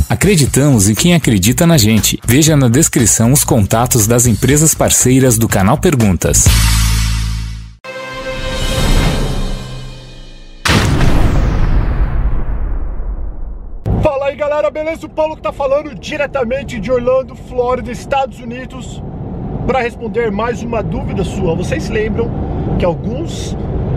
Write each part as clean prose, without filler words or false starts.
Acreditamos em quem acredita na gente. Veja na descrição os contatos das empresas parceiras do canal Perguntas. Fala aí galera, beleza? O Paulo que tá falando diretamente de Orlando, Flórida, Estados Unidos, para responder mais uma dúvida sua. Vocês lembram que alguns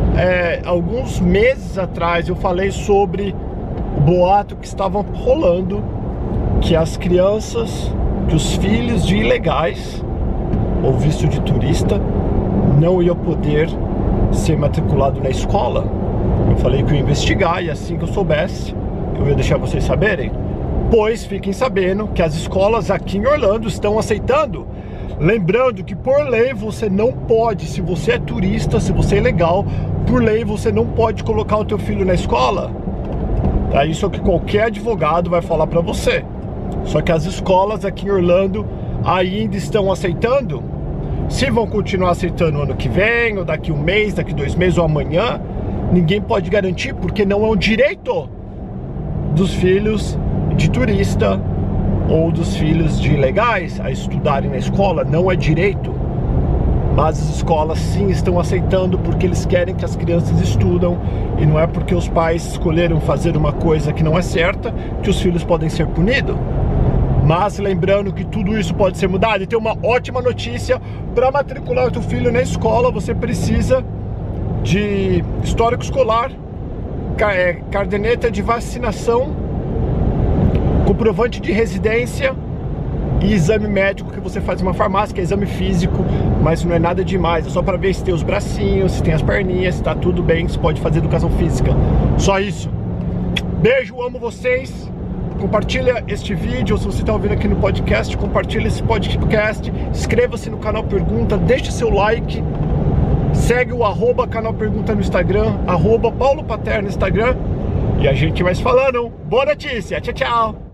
meses atrás eu falei sobre o boato que estava rolando, que as crianças, que os filhos de ilegais ou visto de turista não iam poder ser matriculado na escola? Eu falei que eu ia investigar e assim que eu soubesse eu ia deixar vocês saberem. Pois fiquem sabendo que as escolas aqui em Orlando estão aceitando. Lembrando que por lei você não pode, se você é turista, se você é ilegal, por lei você não pode colocar o teu filho na escola. Isso é o que qualquer advogado vai falar pra você. Só que as escolas aqui em Orlando ainda estão aceitando. Se vão continuar aceitando ano que vem, ou daqui um mês, daqui 2 meses ou amanhã, ninguém pode garantir, porque não é um direito dos filhos de turista ou dos filhos de ilegais a estudarem na escola. Não é direito. Mas as escolas sim estão aceitando, porque eles querem que as crianças estudam, e não é porque os pais escolheram fazer uma coisa que não é certa que os filhos podem ser punidos. Mas lembrando que tudo isso pode ser mudado. E tem uma ótima notícia: para matricular o teu filho na escola você precisa de histórico escolar, caderneta de vacinação, comprovante de residência e exame médico que você faz em uma farmácia, que é exame físico, mas não é nada demais, é só para ver se tem os bracinhos, se tem as perninhas, se tá tudo bem, se pode fazer educação física. Só isso. Beijo, amo vocês. Compartilha este vídeo, ou se você está ouvindo aqui no podcast, compartilha esse podcast, inscreva-se no canal Pergunta, deixe seu like, segue o @canal Pergunta no Instagram, @Paulo Paterno no Instagram, e a gente vai se falando. Boa notícia, tchau, tchau!